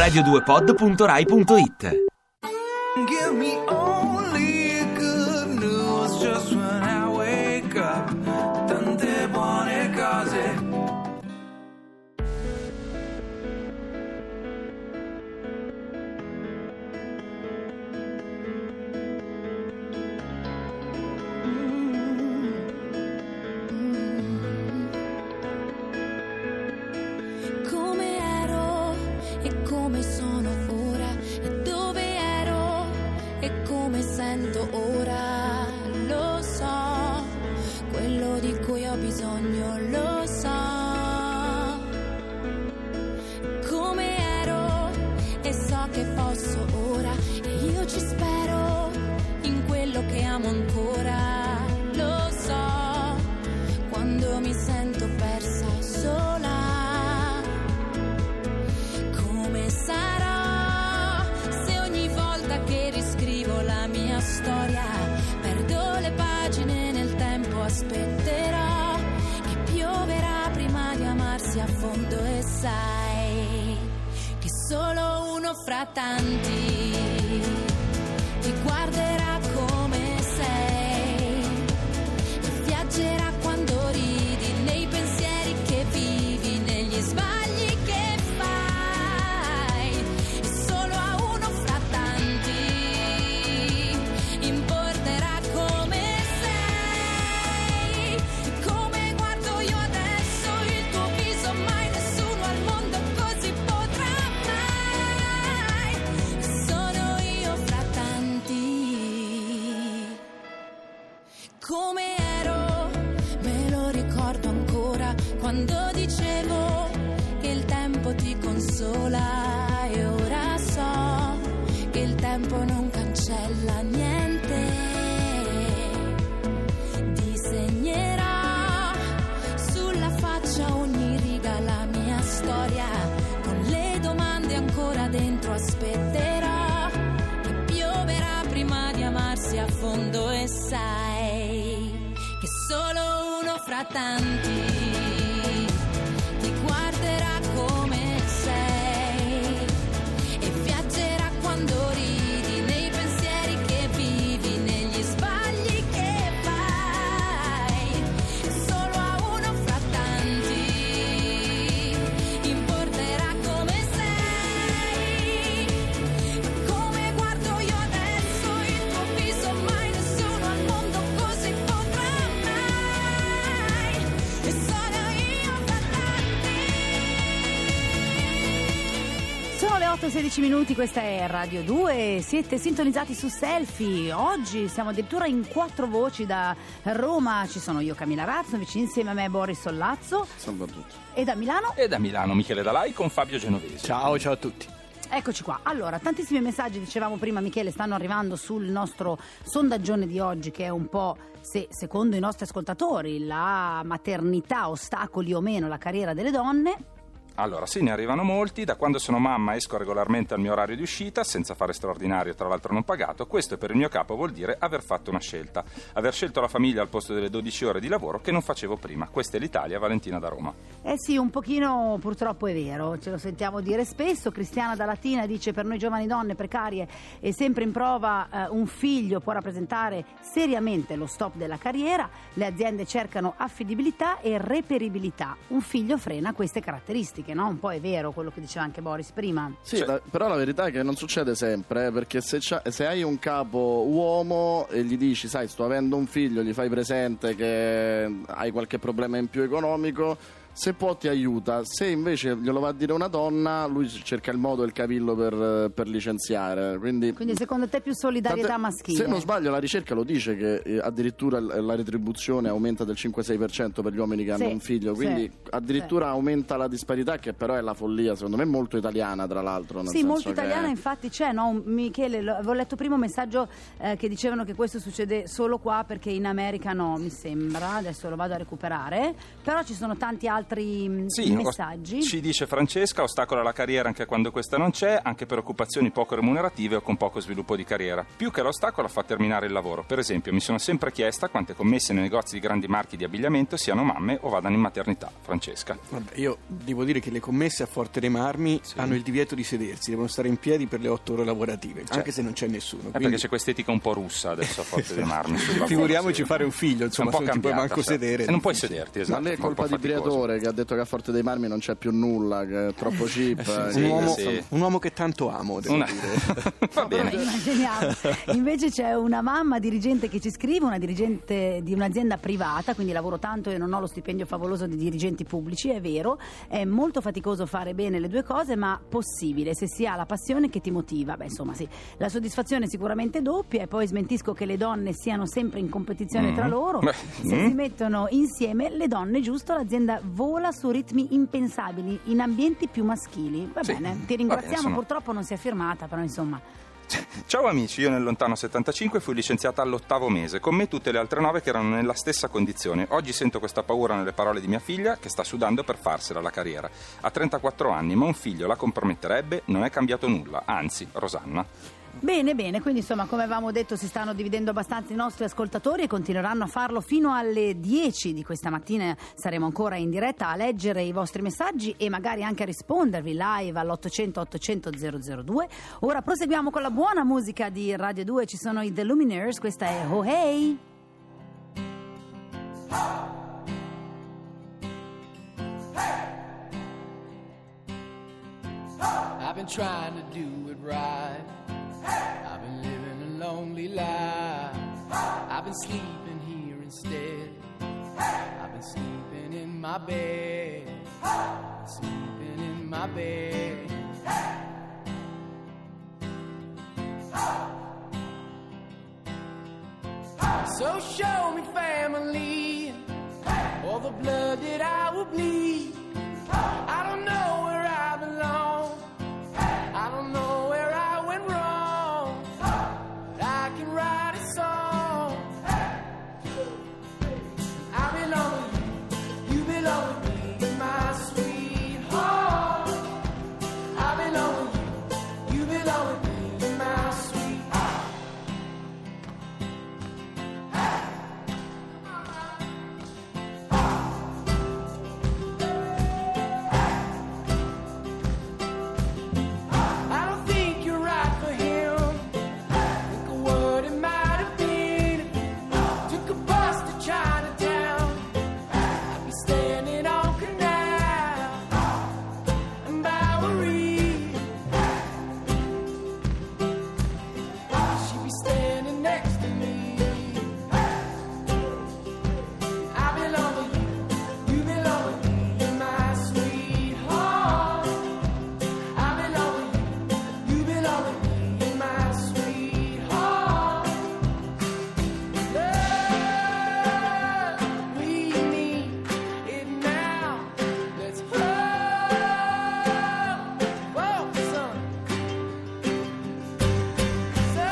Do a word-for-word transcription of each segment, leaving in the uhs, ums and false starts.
radio due pod punto rai punto it. Give me only good news just when I wake up. Tante buone cose. Come sono ora e dove ero e come sento ora, lo so, quello di cui ho bisogno, lo so, come ero e so che posso ora e io ci spero in quello che amo ancora, lo so, quando mi sento persa sola. Sarò se ogni volta che riscrivo la mia storia perdo le pagine nel tempo, aspetterò che pioverà prima di amarsi a fondo e sai che solo uno fra tanti ti guarderà come sei e viaggerà quando ridi nei pensieri che vivi, negli sbagli che come ero, me lo ricordo ancora, quando dicevo che il tempo ti consola e ora so che il tempo non cancella niente. Disegnerò sulla faccia ogni riga la mia storia, con le domande ancora dentro aspetterò che pioverà prima di amarsi a fondo e sai che solo uno fra tanti ti guarderà come sei e viaggerà quando ridi nei pensieri che vivi, negli sbagli che fai. Solo a uno fra tanti importerà come sei, come guardo io adesso il tuo viso, mai nessuno al mondo così potrà mai, e sono io fra tanti. Sono le otto e sedici minuti, questa è Radio due, siete sintonizzati su Selfie. Oggi siamo addirittura in quattro voci. Da Roma ci sono io, Camilla Razzovic, insieme a me Boris Sollazzo. Salve a tutti. E da Milano? E da Milano Michele Dalai con Fabio Genovesi. Ciao, ciao a tutti. Eccoci qua. Allora, tantissimi messaggi, dicevamo prima Michele, stanno arrivando sul nostro sondaggione di oggi, che è un po' se secondo i nostri ascoltatori la maternità ostacoli o meno la carriera delle donne. Allora, sì, ne arrivano molti. Da quando sono mamma esco regolarmente al mio orario di uscita, senza fare straordinario, tra l'altro non pagato. Questo per il mio capo vuol dire aver fatto una scelta. Aver scelto la famiglia al posto delle dodici ore di lavoro che non facevo prima. Questa è l'Italia, Valentina da Roma. Eh sì, un pochino purtroppo è vero, ce lo sentiamo dire spesso. Cristiana da Latina dice: per noi giovani donne precarie e sempre in prova eh, un figlio può rappresentare seriamente lo stop della carriera. Le aziende cercano affidabilità e reperibilità. Un figlio frena queste caratteristiche. No? Un po' è vero quello che diceva anche Boris prima. Sì, cioè, la, però la verità è che non succede sempre, eh, perché se, se hai un capo uomo e gli dici, sai, sto avendo un figlio, gli fai presente che hai qualche problema in più economico, se può ti aiuta. Se invece glielo va a dire una donna, lui cerca il modo e il cavillo per, per licenziare. Quindi, Quindi secondo te più solidarietà tante, maschile? Se non sbaglio la ricerca lo dice che eh, addirittura la retribuzione aumenta del cinque sei per cento per gli uomini che sì, hanno un figlio. Quindi sì, addirittura sì. aumenta la disparità, che però è la follia, secondo me molto italiana tra l'altro. Nel Sì, senso molto italiana, che... infatti c'è, no? Michele, lo, avevo letto prima un messaggio eh, che dicevano che questo succede solo qua, perché in America no, mi sembra, adesso lo vado a recuperare, però ci sono tanti altri altri mh, Sì, messaggi. Ci dice Francesca, ostacola la carriera anche quando questa non c'è, anche per occupazioni poco remunerative o con poco sviluppo di carriera. Più che l'ostacolo fa terminare il lavoro. Per esempio, mi sono sempre chiesta quante commesse nei negozi di grandi marchi di abbigliamento siano mamme o vadano in maternità. Francesca. Vabbè, io devo dire che le commesse a Forte dei Marmi Sì. hanno il divieto di sedersi, devono stare in piedi per le otto ore lavorative, Certo. anche se non c'è nessuno. È Quindi perché c'è quest'etica un po' russa adesso a Forte dei Marmi. sul lavoro, figuriamoci sì. fare un figlio, insomma, È un po' se non ti puoi cambiata, manco cioè. sedere. E non puoi difficile. sederti, esatto. Ma lei è fa un po' colpa di faticoso. Briatore che ha detto che a Forte dei Marmi non c'è più nulla, che è troppo cheap. Eh sì, che- sì, un, uomo, sì. un uomo che tanto amo, devo Una... dire. Va bene. Immaginiamo. Invece c'è una mamma dirigente che ci scrive, una dirigente di un'azienda privata, quindi lavoro tanto e non ho lo stipendio favoloso di dirigenti pubblici, è vero, è molto faticoso fare bene le due cose, ma possibile se si ha la passione che ti motiva. Beh, insomma, sì, la soddisfazione è sicuramente doppia, e poi smentisco che le donne siano sempre in competizione Mm. tra loro. Beh, Se mm. si mettono insieme le donne, giusto, l'azienda vola su ritmi impensabili in ambienti più maschili. Va Sì. bene, ti Va bene, ringraziamo, insomma. purtroppo non si è firmata, però insomma. Ciao amici, io nel lontano settantacinque fui licenziata all'ottavo mese, con me tutte le altre nove che erano nella stessa condizione. Oggi sento questa paura nelle parole di mia figlia che sta sudando per farsela la carriera. Ha trentaquattro anni, ma un figlio la comprometterebbe? Non è cambiato nulla, anzi, Rosanna. Bene, bene, quindi insomma, come avevamo detto, si stanno dividendo abbastanza i nostri ascoltatori e continueranno a farlo fino alle dieci di questa mattina. Saremo ancora in diretta a leggere i vostri messaggi e magari anche a rispondervi live all'ottocento ottocento zero zero due. Ora proseguiamo con la buona musica di Radio due, ci sono i The Lumineers, questa è Oh Hey! I've been trying to do it right. I've been living a lonely life. I've been sleeping here instead. I've been sleeping in my bed. Sleeping in my bed. So show me family, all the blood that I will bleed. I don't know where I belong. I don't know where I went wrong. But I can write a song. I belong with you. You belong with me, my sweetheart. I belong with you. You belong with me, my sweetheart. I don't think you're right for him. Think of what it might have been if you took a bus to Chinatown. I'd be standing on Canal and Bowery. She'd be standing next to me. I belong with you. You belong with me, my sweetheart. I belong with you, you belong with me, my sweetheart. Love, we need it now. Let's hold, whoa, son. So,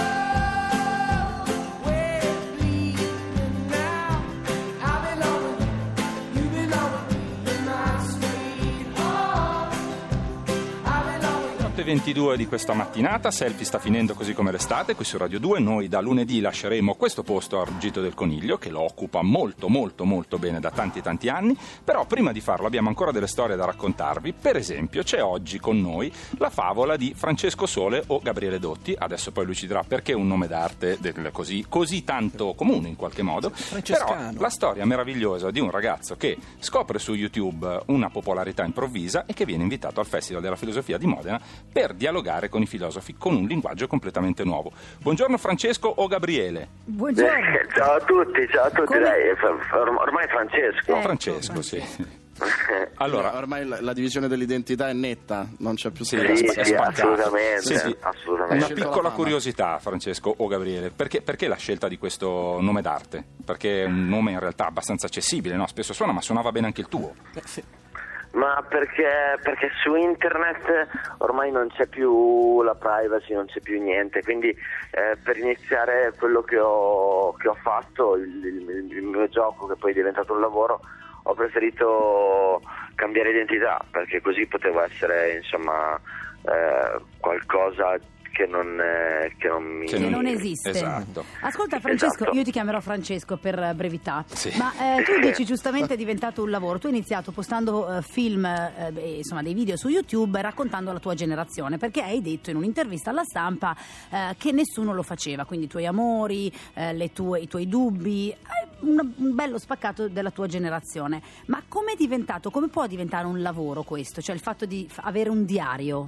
we're bleeding now. I belong with you, you belong with me, my sweetheart. I belong with you. otto e ventidue di questa mattinata, Selfie sta finendo così come l'estate, qui su Radio due. Noi da lunedì lasceremo questo posto a Ruggito del Coniglio, che lo occupa molto molto molto bene da tanti tanti anni, però prima di farlo abbiamo ancora delle storie da raccontarvi. Per esempio c'è oggi con noi la favola di Francesco Sole o Gabriele Dotti. Adesso poi lui ci dirà perché è un nome d'arte del così, così tanto comune in qualche modo. Francescano. Però la storia meravigliosa di un ragazzo che scopre su YouTube una popolarità improvvisa e che viene invitato al Festival della Filosofia di Modena per dialogare con i filosofi con un linguaggio completamente nuovo. Buongiorno Francesco o Gabriele? Buongiorno. Eh, ciao a tutti, ciao a tutti, Come- dai, è fa- fa- orm- ormai Francesco. Eh. Francesco, Ecco, sì. Allora, Allora, ormai la, la divisione dell'identità è netta, non c'è più sì, spazio. è Sì, spa- è sì, spaccato. assolutamente, Sì, sì. assolutamente. Una scelto la piccola fama. curiosità, Francesco o Gabriele, perché, perché la scelta di questo nome d'arte? Perché è un nome in realtà abbastanza accessibile, no? Spesso suona, ma suonava bene anche il tuo. Eh, sì. Ma perché, perché su internet ormai non c'è più la privacy, non c'è più niente, quindi eh, per iniziare quello che ho, che ho fatto, il, il- il mio gioco che poi è diventato un lavoro, ho preferito cambiare identità, perché così potevo essere insomma eh, qualcosa che non, eh, che non mi... Che non esiste. Esatto. Ascolta Francesco, Esatto. io ti chiamerò Francesco per brevità, Sì. ma eh, tu dici giustamente è diventato un lavoro. Tu hai iniziato postando eh, film, eh, beh, insomma dei video su YouTube, raccontando la tua generazione, perché hai detto in un'intervista alla stampa eh, che nessuno lo faceva, quindi i tuoi amori, eh, le tue, i tuoi dubbi, eh, un, un bello spaccato della tua generazione. Ma come è diventato, come può diventare un lavoro questo? Cioè il fatto di f- avere un diario?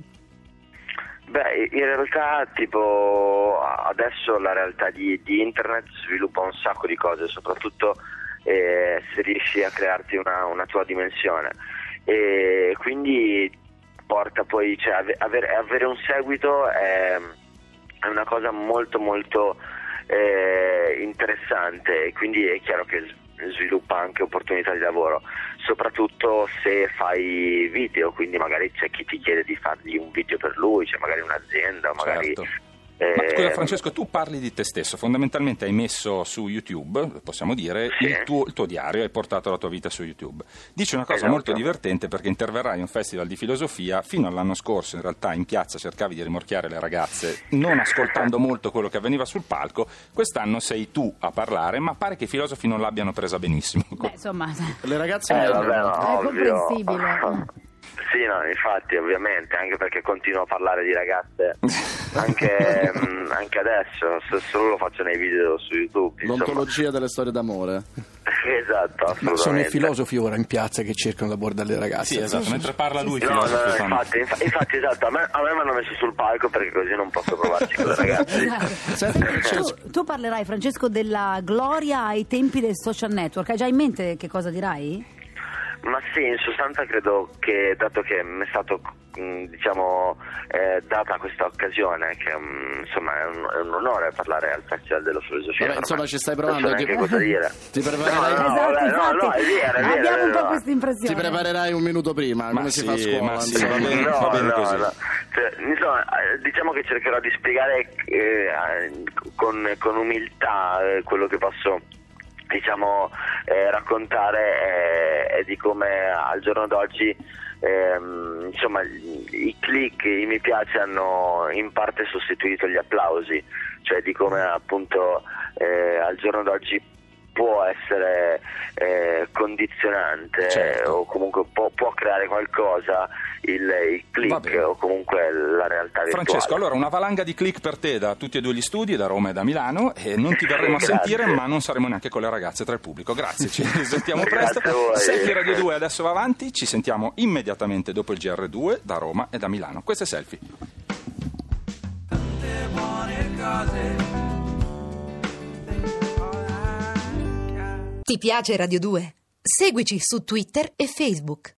Beh, in realtà tipo adesso la realtà di, di internet sviluppa un sacco di cose, soprattutto eh, se riesci a crearti una, una tua dimensione, e quindi porta poi, cioè ave, avere, avere un seguito è, è una cosa molto molto eh, interessante, e quindi è chiaro che sviluppa anche opportunità di lavoro, soprattutto se fai video, quindi magari c'è chi ti chiede di fargli un video per lui, c'è magari un'azienda, magari... Certo. Ma scusa Francesco, tu parli di te stesso, fondamentalmente hai messo su YouTube, possiamo dire, Sì. il, tuo, il tuo diario, hai portato la tua vita su YouTube. Dici una cosa Esatto. molto divertente, perché interverrai in un festival di filosofia. Fino all'anno scorso in realtà in piazza cercavi di rimorchiare le ragazze non ascoltando molto quello che avveniva sul palco. Quest'anno sei tu a parlare, ma pare che i filosofi non l'abbiano presa benissimo. Beh, insomma, Le ragazze Eh, mi vabbè, hanno- no, è ovvio. comprensibile. Sì, no, infatti, ovviamente, anche perché continuo a parlare di ragazze anche, mh, anche adesso, se solo lo faccio nei video su YouTube. Insomma. L'ontologia delle storie d'amore. Esatto, Ma sono i assolutamente. filosofi ora in piazza che cercano l'abordare le ragazze. Sì, esatto, mentre parla lui i No, no, filosofi no, fanno... infatti, infa- infatti, esatto, a me, a me mi hanno messo sul palco perché così non posso provarci con le ragazze. Esatto. tu, tu parlerai, Francesco, della gloria ai tempi del social network. Hai già in mente che cosa dirai? Ma sì, in sostanza credo che, dato che mi è stato mh, diciamo eh, data questa occasione, che mh, insomma è un, è un onore parlare al Festival della Filosofia. Vabbè, insomma, ormai ci stai non provando, so ti- neanche cosa dire. Ti No, preparerai, no, Esatto, vabbè, no, infatti, no, è vero, è vero, abbiamo è un po' vero. questa impressione. ti preparerai un minuto prima, Ma come si sì, fa a scuola. ma sì, insomma. va bene. No, bene no, così. no. Cioè, insomma, eh, diciamo che cercherò di spiegare eh, con, con umiltà eh, quello che posso diciamo eh, raccontare è, è di come al giorno d'oggi ehm, insomma i click, i mi piace hanno in parte sostituito gli applausi, cioè di come appunto eh, al giorno d'oggi può essere eh, condizionante, Certo. o comunque può, può creare qualcosa il, il Va click bene. o comunque la realtà virtuale. Francesco, allora una valanga di click per te da tutti e due gli studi, da Roma e da Milano, e non ti verremo a Grazie. sentire, ma non saremo neanche con le ragazze tra il pubblico. Grazie, ci sentiamo presto. Grazie a voi. Selfie Radio due adesso va avanti, ci sentiamo immediatamente dopo il G R due da Roma e da Milano. Questo è Selfie. Tante buone cose. Ti piace Radio due? Seguici su Twitter e Facebook.